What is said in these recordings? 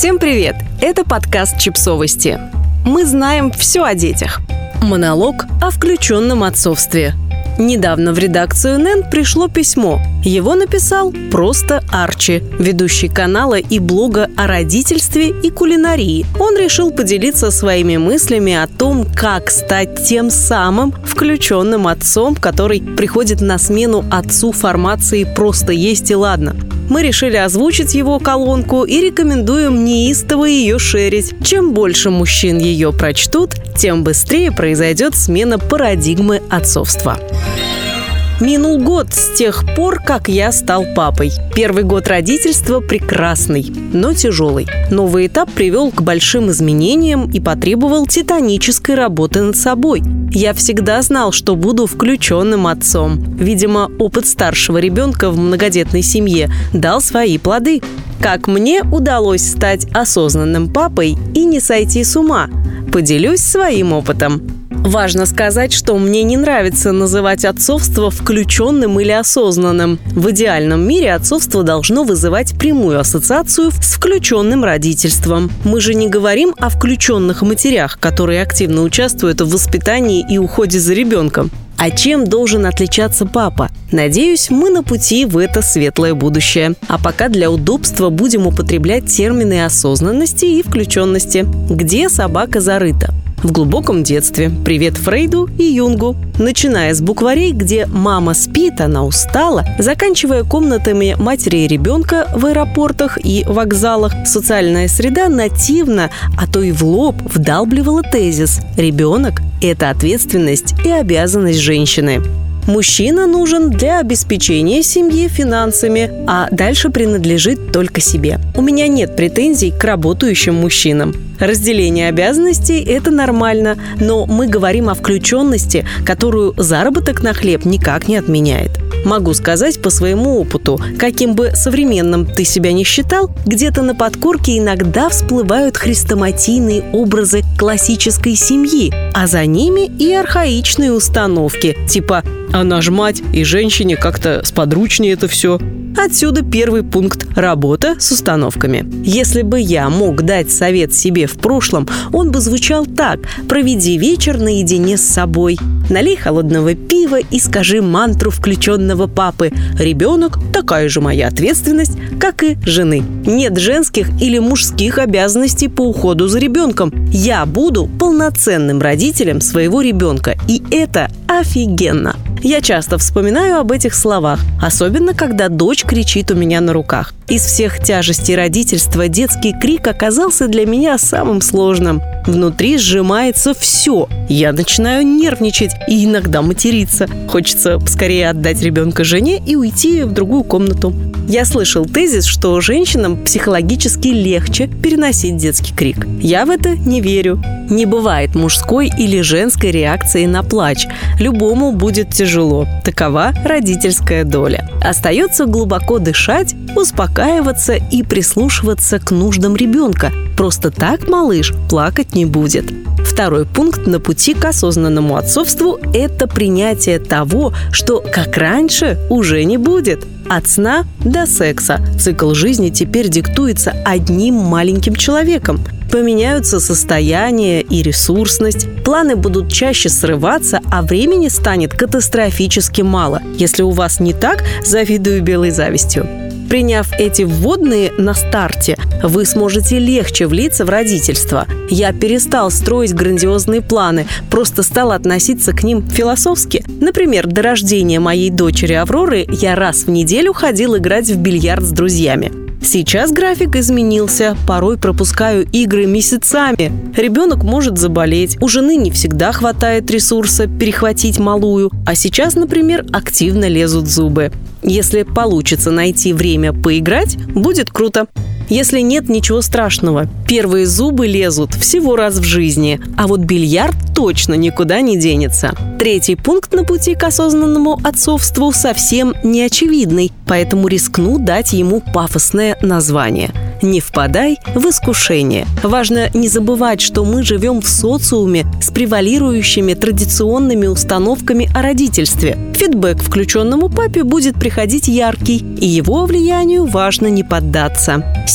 Всем привет! Это подкаст «Чипсовости». Мы знаем все о детях. Монолог о включенном отцовстве. Недавно в редакцию НН пришло письмо. Его написал просто Арчи, ведущий канала и блога о родительстве и кулинарии. Он решил поделиться своими мыслями о том, как стать тем самым включенным отцом, который приходит на смену отцу формации «просто есть и ладно». Мы решили озвучить его колонку и рекомендуем неистово ее шерить. Чем больше мужчин ее прочтут, тем быстрее произойдет смена парадигмы отцовства. Минул год с тех пор, как я стал папой. Первый год родительства прекрасный, но тяжелый. Новый этап привел к большим изменениям и потребовал титанической работы над собой. Я всегда знал, что буду включенным отцом. Видимо, опыт старшего ребенка в многодетной семье дал свои плоды. Как мне удалось стать осознанным папой и не сойти с ума? Поделюсь своим опытом. Важно сказать, что мне не нравится называть отцовство включенным или осознанным. В идеальном мире отцовство должно вызывать прямую ассоциацию с включенным родительством. Мы же не говорим о включенных матерях, которые активно участвуют в воспитании и уходе за ребенком. А чем должен отличаться папа? Надеюсь, мы на пути в это светлое будущее. А пока для удобства будем употреблять термины осознанности и включенности. Где собака зарыта? В глубоком детстве. Привет Фрейду и Юнгу. Начиная с букварей, где мама спит, она устала, заканчивая комнатами матери и ребенка в аэропортах и вокзалах, социальная среда нативно, а то и в лоб вдалбливала тезис: ребенок – это ответственность и обязанность женщины. Мужчина нужен для обеспечения семьи финансами, а дальше принадлежит только себе. У меня нет претензий к работающим мужчинам. Разделение обязанностей – это нормально, но мы говорим о включенности, которую заработок на хлеб никак не отменяет. Могу сказать по своему опыту, каким бы современным ты себя ни считал, где-то на подкорке иногда всплывают хрестоматийные образы классической семьи, а за ними и архаичные установки, типа «она ж мать, и женщине как-то сподручнее это все». Отсюда первый пункт – работа с установками. Если бы я мог дать совет себе в прошлом, он бы звучал так: проведи вечер наедине с собой. Налей холодного пива и скажи мантру включенного папы: ребенок – такая же моя ответственность, как и жены. Нет женских или мужских обязанностей по уходу за ребенком. Я буду полноценным родителем своего ребенка, и это офигенно. Я часто вспоминаю об этих словах, особенно когда дочь кричит у меня на руках. Из всех тяжестей родительства детский крик оказался для меня самым сложным. Внутри сжимается все. Я начинаю нервничать и иногда материться. Хочется поскорее отдать ребенка жене и уйти в другую комнату. Я слышал тезис, что женщинам психологически легче переносить детский крик. Я в это не верю. Не бывает мужской или женской реакции на плач. Любому будет тяжело. Такова родительская доля. Остается глубоко дышать, успокаиваться и прислушиваться к нуждам ребенка. Просто так малыш плакать не будет. Второй пункт на пути к осознанному отцовству – это принятие того, что, как раньше, уже не будет. От сна до секса цикл жизни теперь диктуется одним маленьким человеком. Поменяются состояние и ресурсность, планы будут чаще срываться, а времени станет катастрофически мало. Если у вас не так, завидую белой завистью. Приняв эти вводные на старте, вы сможете легче влиться в родительство. Я перестал строить грандиозные планы, просто стал относиться к ним философски. Например, до рождения моей дочери Авроры я раз в неделю ходил играть в бильярд с друзьями. Сейчас график изменился, порой пропускаю игры месяцами. Ребенок может заболеть, у жены не всегда хватает ресурса перехватить малую, а сейчас, например, активно лезут зубы. Если получится найти время поиграть, будет круто. Если нет, ничего страшного. Первые зубы лезут всего раз в жизни, а вот бильярд точно никуда не денется. Третий пункт на пути к осознанному отцовству совсем не очевидный, поэтому рискну дать ему пафосное название. Не впадай в искушение. Важно не забывать, что мы живем в социуме с превалирующими традиционными установками о родительстве. Фидбэк включенному папе будет приходить яркий, и его влиянию важно не поддаться.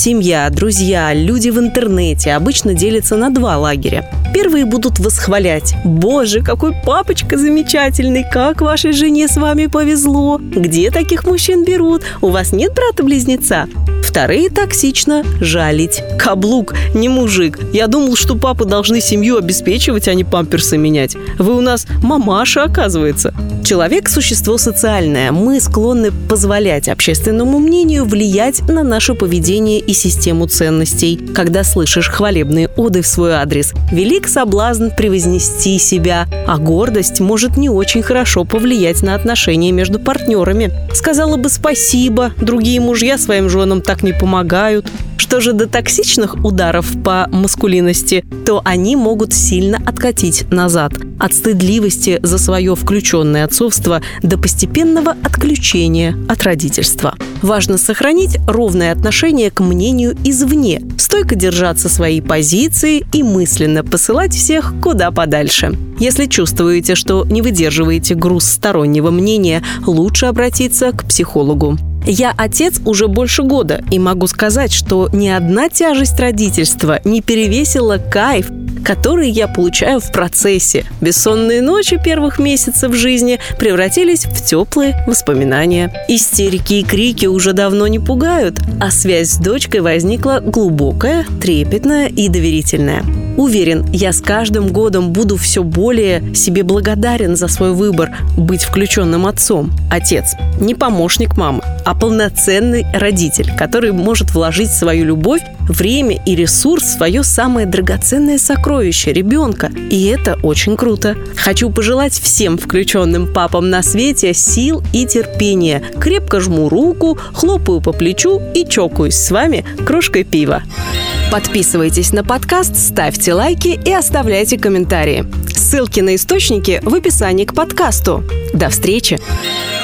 Семья, друзья, люди в интернете обычно делятся на два лагеря. Первые будут восхвалять: «Боже, какой папочка замечательный! Как вашей жене с вами повезло! Где таких мужчин берут? У вас нет брата-близнеца?» Вторые токсично жалить: «Каблук, не мужик! Я думал, что папы должны семью обеспечивать, а не памперсы менять. Вы у нас мамаша, оказывается». Человек – существо социальное. Мы склонны позволять общественному мнению влиять на наше поведение и систему ценностей. Когда слышишь хвалебные оды в свой адрес, велик соблазн превознести себя, а гордость может не очень хорошо повлиять на отношения между партнерами. Сказала бы спасибо, другие мужья своим женам так не помогают. Что же до токсичных ударов по маскулинности, то они могут сильно откатить назад. От стыдливости за свое включенное отцовство до постепенного отключения от родительства. Важно сохранить ровное отношение к мнению извне, стойко держаться своей позиции и мысленно посылать всех куда подальше. Если чувствуете, что не выдерживаете груз стороннего мнения, лучше обратиться к психологу. Я отец уже больше года и могу сказать, что ни одна тяжесть родительства не перевесила кайф, который я получаю в процессе. Бессонные ночи первых месяцев жизни превратились в теплые воспоминания. Истерики и крики уже давно не пугают, а связь с дочкой возникла глубокая, трепетная и доверительная. Уверен, я с каждым годом буду все более себе благодарен за свой выбор быть включенным отцом. Отец – не помощник мамы, а полноценный родитель, который может вложить свою любовь, время и ресурс в свое самое драгоценное сокровище – ребенка. И это очень круто. Хочу пожелать всем включенным папам на свете сил и терпения. Крепко жму руку, хлопаю по плечу и чокаюсь с вами кружкой пива. Подписывайтесь на подкаст, ставьте лайки и оставляйте комментарии. Ссылки на источники в описании к подкасту. До встречи!